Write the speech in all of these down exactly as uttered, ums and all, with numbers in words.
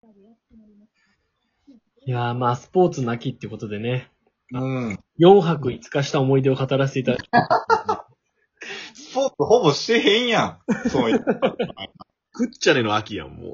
いやーまあ、スポーツなきってことでね。 うん。 よんはくいつかした思い出を語らせていただきます。 スポーツほぼしてへんやん。そういう。 くっちゃねの秋やん、もう。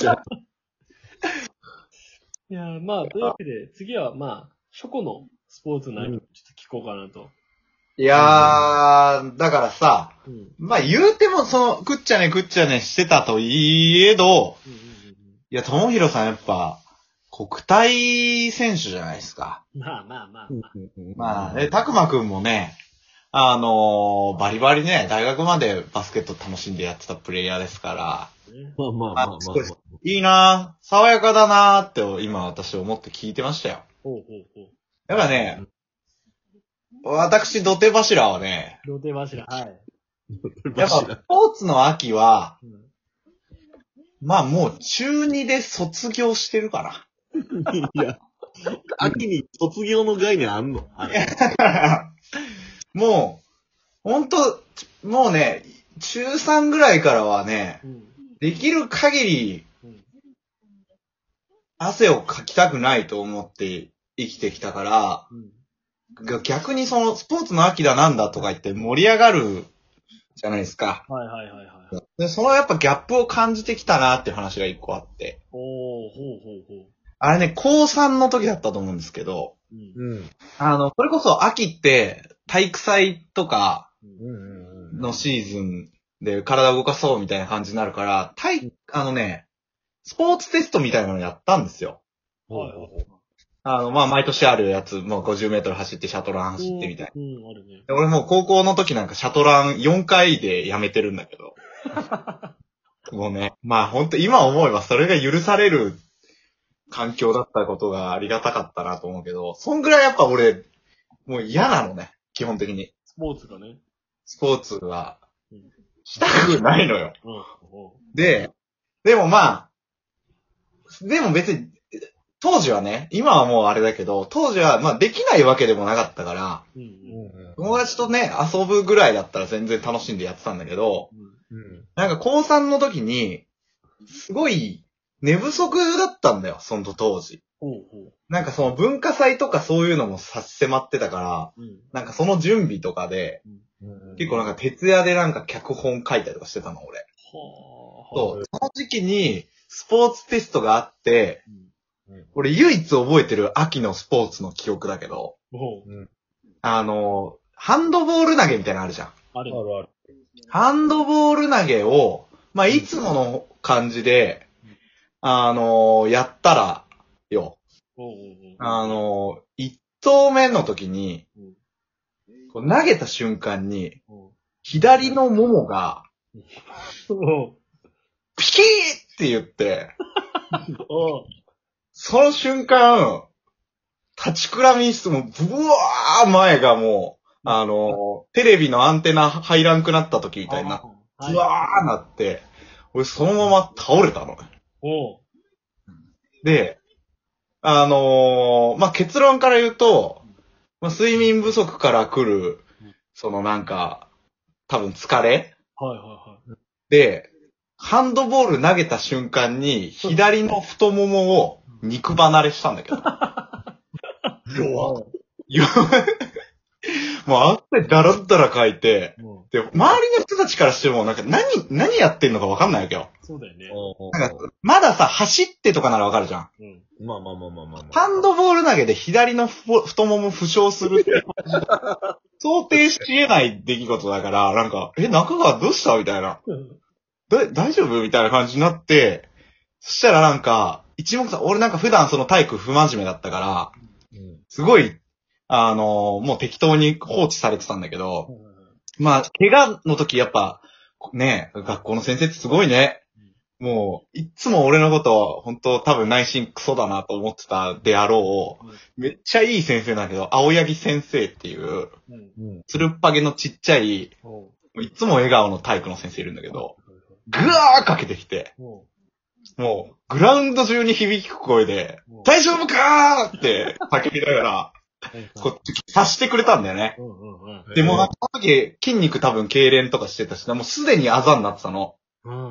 いやーまあ、というわけで、次はまあ、初歩のスポーツなきをちょっと聞こうかなと。 いやー、だからさ、 うん。 まあ言うてもその、くっちゃねくっちゃねしてたといえど、 うんうんうんいや、ともひろさんやっぱ、国体選手じゃないですか。 うん。まあまあまあまあ。 まあ、え、たくまくんもね、あのー、バリバリね、大学までバスケット楽しんでやってたプレイヤーですから、 ねまあまあまあまあ、まあ。 いいなぁ、爽やかだなぁって今私思って聞いてましたよ。 ほうほうほう。 やっぱね、私、土手柱はね、 土手柱、はい。 やっぱスポーツの秋は、 うんまあもう中にで卒業してるかいや、秋に卒業の概念あんのあれな。もう、ほんと、もうね、中さんぐらいからはね、 うんできる限りうん汗をかきたくないと思って生きてきたから、 うん逆にそのスポーツの秋だなんだとか言って盛り上がるじゃないですか。 はいはいはいはい。 で、そのやっぱギャップを感じてきたなっていう話が一個あって。 おー、ほうほうほう。 あれね、高さんの時だったと思うんですけど、 うんうん。 あの、それこそ秋って体育祭とかうんうんのシーズンで体を動かそうみたいな感じになるから、体、あのね、スポーツテストみたいなのやったんですよ。 はいはいはい。 あの、まあ、毎年あるやつ、もうごじゅうメートル走ってシャトラン走ってみたいな。 うん、あるね。 で俺もう高校の時なんかシャトランよんかいでやめてるんだけど。もうね、まあほんと今思えばそれが許される環境だったことがありがたかったなと思うけど、そんぐらいやっぱ俺、もう嫌なのね、基本的に。 スポーツがね。 スポーツはうん、 したくないのよ。 うん。うんで、でもまあ、でも別に、当時はね、今はもうあれだけど、当時はまあできないわけでもなかったから、 うんうん友達とね、遊ぶぐらいだったら全然楽しんでやってたんだけど、 うん。 うん。 なんか高さんの時に、すごい寝不足だったんだよ、その当時。 ほうほう。 なんかその文化祭とかそういうのも差し迫ってたから、 うん。 なんかその準備とかで、 うん結構なんか徹夜でなんか脚本書いたりとかしてたの、俺。 はあ。 そう。その時期にスポーツテストがあって、 うん。 俺唯一覚えてる秋のスポーツの記憶だけど、 ほう。 あの、ハンドボール投げみたいなのあるじゃん。 ある。 あるある。 ハンドボール投げを、まあ、いつもの感じで、あの、やったら、よ。 ほうほうあの、一投目の時に、 うんこう投げた瞬間に、 ほう。 左のももが、 ほう。 ピキーって言って、 おう。 その瞬間、立ちくらみにしても、ブワー前がもう、あの、テレビのアンテナ入らんくなった時みたいな、 はい。 ブワーなって、俺そのまま倒れたの。 おう。 で、あのーまあ、結論から言うと、まあ、睡眠不足から来る、そのなんか、多分疲れはいはいはい。 で、ハンドボール投げた瞬間に、左の太ももを肉離れしたんだけど。 弱っ。 よもう汗だらだらかいて、 もで、周りの人たちからしても、なんか何、何やってんのかわかんないわけよ。 う、そうだよね。 なんか、まださ、走ってとかならわかるじゃん。 うん。 まあまあまあまあまあまあ。 ハンドボール投げで左のふ太もも負傷するっていう想定し得ない出来事だから、なんか、え、中川どうしたみたいな。だ、大丈夫みたいな感じになって、そしたらなんか、一目散、俺なんか普段その体育不真面目だったから、 うんすごい、あのーもう適当に放置されてたんだけど、まあ、怪我の時やっぱ、ね、学校の先生ってすごいね。もう、いっつも俺のこと、本当多分内心クソだなと思ってたであろう、めっちゃいい先生だけど、青柳先生っていう、 うん。 うん。 つるっぱげのちっちゃい、 おう。 いつも笑顔の体育の先生いるんだけど、ぐわーかけてきて、 おう。 もう、グラウンド中に響く声で、大丈夫かーって叫びながら、こっち察してくれたんだよね。 うんうんうん。 でも、その時、筋肉多分痙攣とかしてたし、もうすでにあざになってたの。 うん。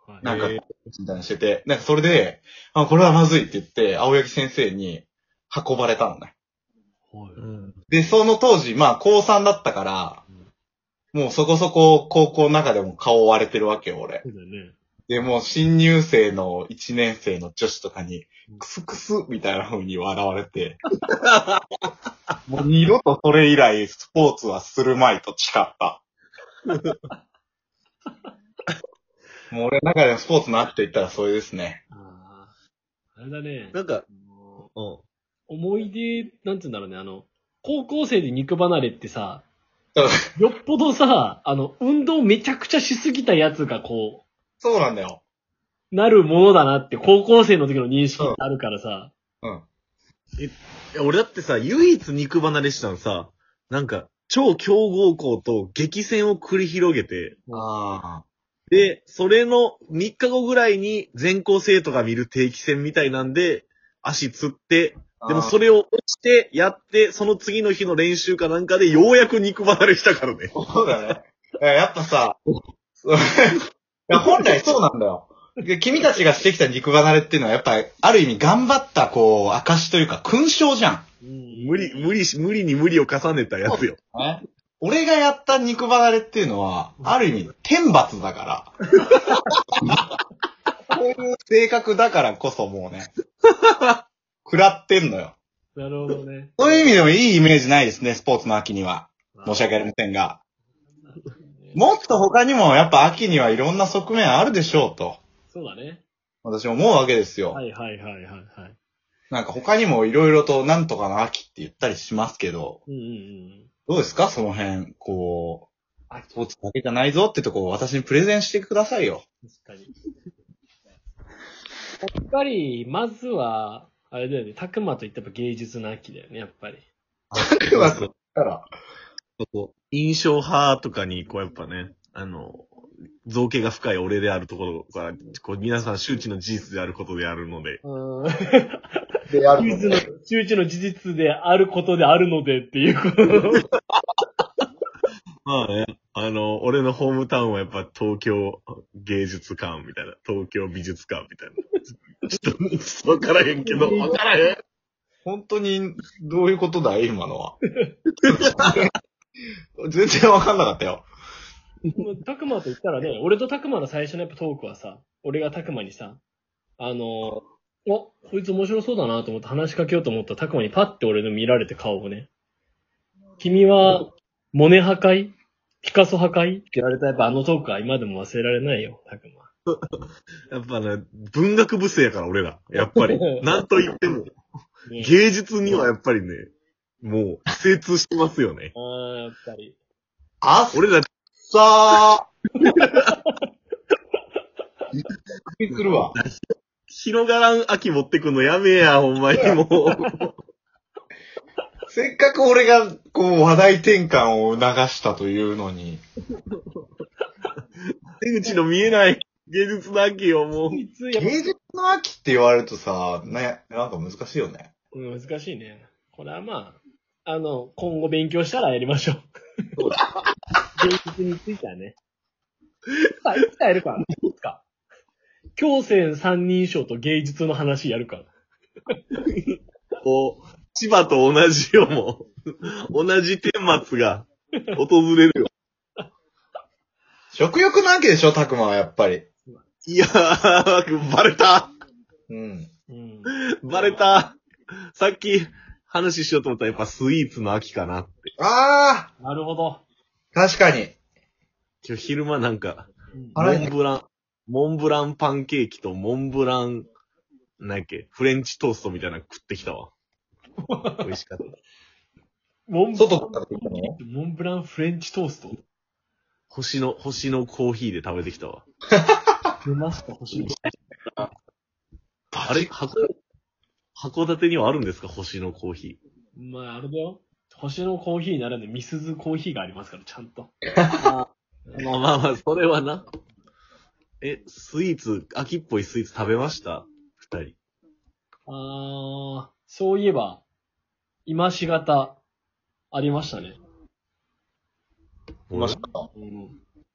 はい。 なんかへー、 みたいなのしてて、なんかそれで、あ、これはまずいって言って、青柳先生に運ばれたのね。 はい。 うん。 で、その当時、まあ、高さんだったから、もうそこそこ高校の中でも顔割れてるわけよ、俺。 そうだよね。 で、もう新入生のいちねん生の女子とかに、クスクスみたいな風に笑われて、もう二度とそれ以来スポーツはするまいと誓った。もう俺の中でのスポーツの秋と言ったらそれですね。 ああ。あれだね。 なんか、 あのうん。 思い出、なんつうんだろうね、あの、高校生で肉離れってさ、 うんよっぽどさ、あの、運動めちゃくちゃしすぎたやつがこそうなんだよ。 う、なるものだなって高校生の時の認識ってあるからさ。 うん。 いや俺だってさ、唯一肉離れしたのさ、なんか、超強豪校と激戦を繰り広げて、 あで、それのみっかごぐらいに全校生徒が見る定期戦みたいなんで、足つって、 あ。 でもそれを落ちて、やって、その次の日の練習かなんかでようやく肉離れしたからね。 そうだね。いややっぱさ、そういや本来そうなんだよ。で君たちがしてきた肉離れっていうのはやっぱり、ある意味頑張ったこう、証というか勲章じゃん。 うん無理、無理し、無理に無理を重ねたやつよ。 ね、俺がやった肉離れっていうのは、ある意味天罰だから。こういう性格だからこそもうね、食らってんのよ。 なるほどね。 そういう意味でもいいイメージないですね、スポーツの秋には。申し訳ありませんが。もっと他にもやっぱ秋にはいろんな側面あるでしょうと。 そうだね。 私思うわけですよ。 はいはいはいはいはい。 なんか他にもいろいろとなんとかの秋って言ったりしますけど、 うんうんうん。 どうですかその辺、こう、スポーツだけじゃないぞってとこを私にプレゼンしてくださいよ。 確かに。やっぱり、まずは、あれだよね、たくまといってやっぱ芸術の秋だよね、やっぱり。 くまくから。 こう印象派とかに、こうやっぱね、あの、造形が深い俺であるところから、こう皆さん周知の事実であることであるので、 うん。 で、あ技術の、周知の事実であることであるのでっていうこと。 まあね、あの、俺のホームタウンはやっぱ東京芸術館みたいな、東京美術館みたいな。ちょっと、ちょっとわからへんけど、わからへん。 本当に、どういうことだい今のは。全然わかんなかったよ。 たくまと言ったらね、俺とたくまの最初のやっぱトークはさ、俺がたくまにさ、あの、お、こいつ面白そうだなと思って話しかけようと思ったらたくまにパッて俺の見られて顔をね、君は、モネ破壊ピカソ破壊って言われたやっぱあのトークは今でも忘れられないよ、たくま。 やっぱね、文学部生やから俺ら。やっぱり。なんと言っても、 ね、 芸術にはやっぱりね、もう、精通してますよね。 ああ、やっぱり。 あっ俺ら、 さー。びっくりするわ。 広がらん秋持ってくんのやめや、ほんまにもう。 せっかく俺が、こう、話題転換を促したというのに。 出口の見えない芸術の秋をもう。 こいつやっぱ芸術の秋って言われるとさ、ね、なんか難しいよね。 うん、難しいね。これはまあ、あの、今後勉強したらやりましょう。芸術についてはね。さあ、いつかやるか。いつか。京戦三人称と芸術の話やるか。 こう、千葉と同じよ、もう。同じ顛末が訪れるよ。 食欲の秋でしょ、たくまはやっぱり。 いやー、バレた。 うん。 うん。 バレた。さっき話しようと思ったらやっぱスイーツの秋かなって。 あなるほど。 ー、確かに。 今日昼間なんか、 うんあれモンブラン、モンブランパンケーキとモンブラン、なんやっけ、フレンチトーストみたいなの食ってきたわ。美味しかった。 モンブ外で食べてきたのモンブランフレンチトースト星の、星のコーヒーで食べてきたわ。 出ました、星の。 あれ函、函館にはあるんですか星のコーヒまあ、あれだよ。星のコーヒーならぬミスズコーヒーがありますから、ちゃんと。 ー。まあまあまあ、それはな。え、スイーツ、秋っぽいスイーツ食べました二人。 あー、そういえば、今しがた、ありましたね。 ました。 うん。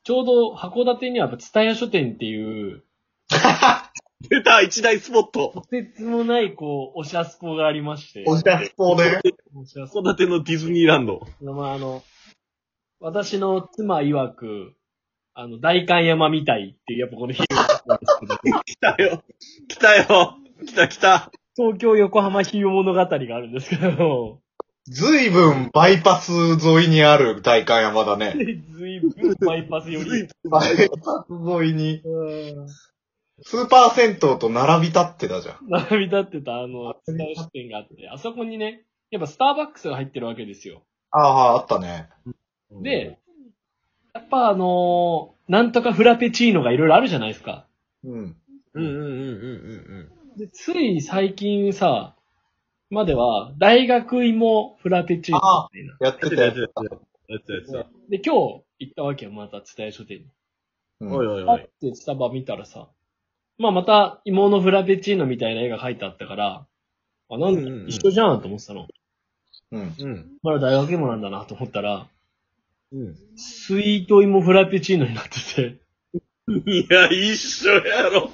ちょうど函館には蔦屋書店っていう、 出た一大スポット。 とてつもない、こう、おしゃスポがありまして。 おしゃスポね。 おしゃスポ。 函館のディズニーランド。 まあ、あの、私の妻曰く、あの、代官山みたいっていう、やっぱこの比喩なんですけど。 来たよ。来たよ。来た来た。 東京横浜比喩物語があるんですけど。 ずいぶんバイパス沿いにある代官山だね。 ずいぶんバイパスより。 バイパス沿いに。スーパー銭湯と並び立ってたじゃん。 並び立ってたあの、スター書店があって、あそこにね、やっぱスターバックスが入ってるわけですよ。 ああ、あったね。 で、やっぱあのー、なんとかフラペチーノがいろいろあるじゃないですか。 うん。 うんうんうんうんうんで、つい最近さ、までは、大学芋フラペチーノみたいな。 やってたやつ。 やつやつやで、今日行ったわけよ、また伝え書店に。 うんおいおいパッおい。 てスタバ見たらさ、まあまた芋のフラペチーノみたいな絵が描いてあったから、あ、なんだ、 うんうんうん一緒じゃんと思ってたの。 うん。 うん。 まだ大学芋なんだなと思ったら、 うん。 スイート芋フラペチーノになってて、 いや、一緒やろ。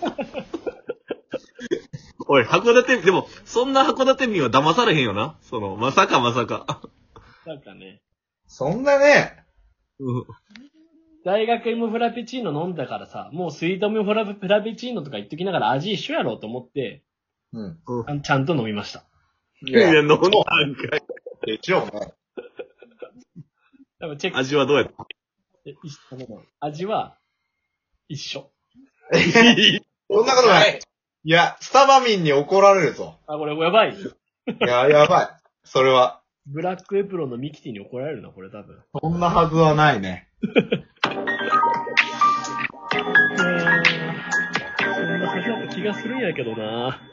おい、函館、でも、そんな函館民は騙されへんよな。その、まさかまさか。 なんかね、 そんなね、 うん。 大学芋フラペチーノ飲んだからさ、もうスイート芋フラフラペチーノとか言っときながら味一緒やろうと思って、 うん。 あちゃんと飲みました。 いいや、飲んだんかい。 でしょうね。 多分チェック味はどうやったして一緒の味は一緒。 そんなことない。いや、スタバ民に怒られるぞ。 あ、これやばい。 いや、やばい。それは。 ブラックエプロンのミキティに怒られるな、これ多分。 そんなはずはないね。 えー、そんなはずだった気がするんやけどな。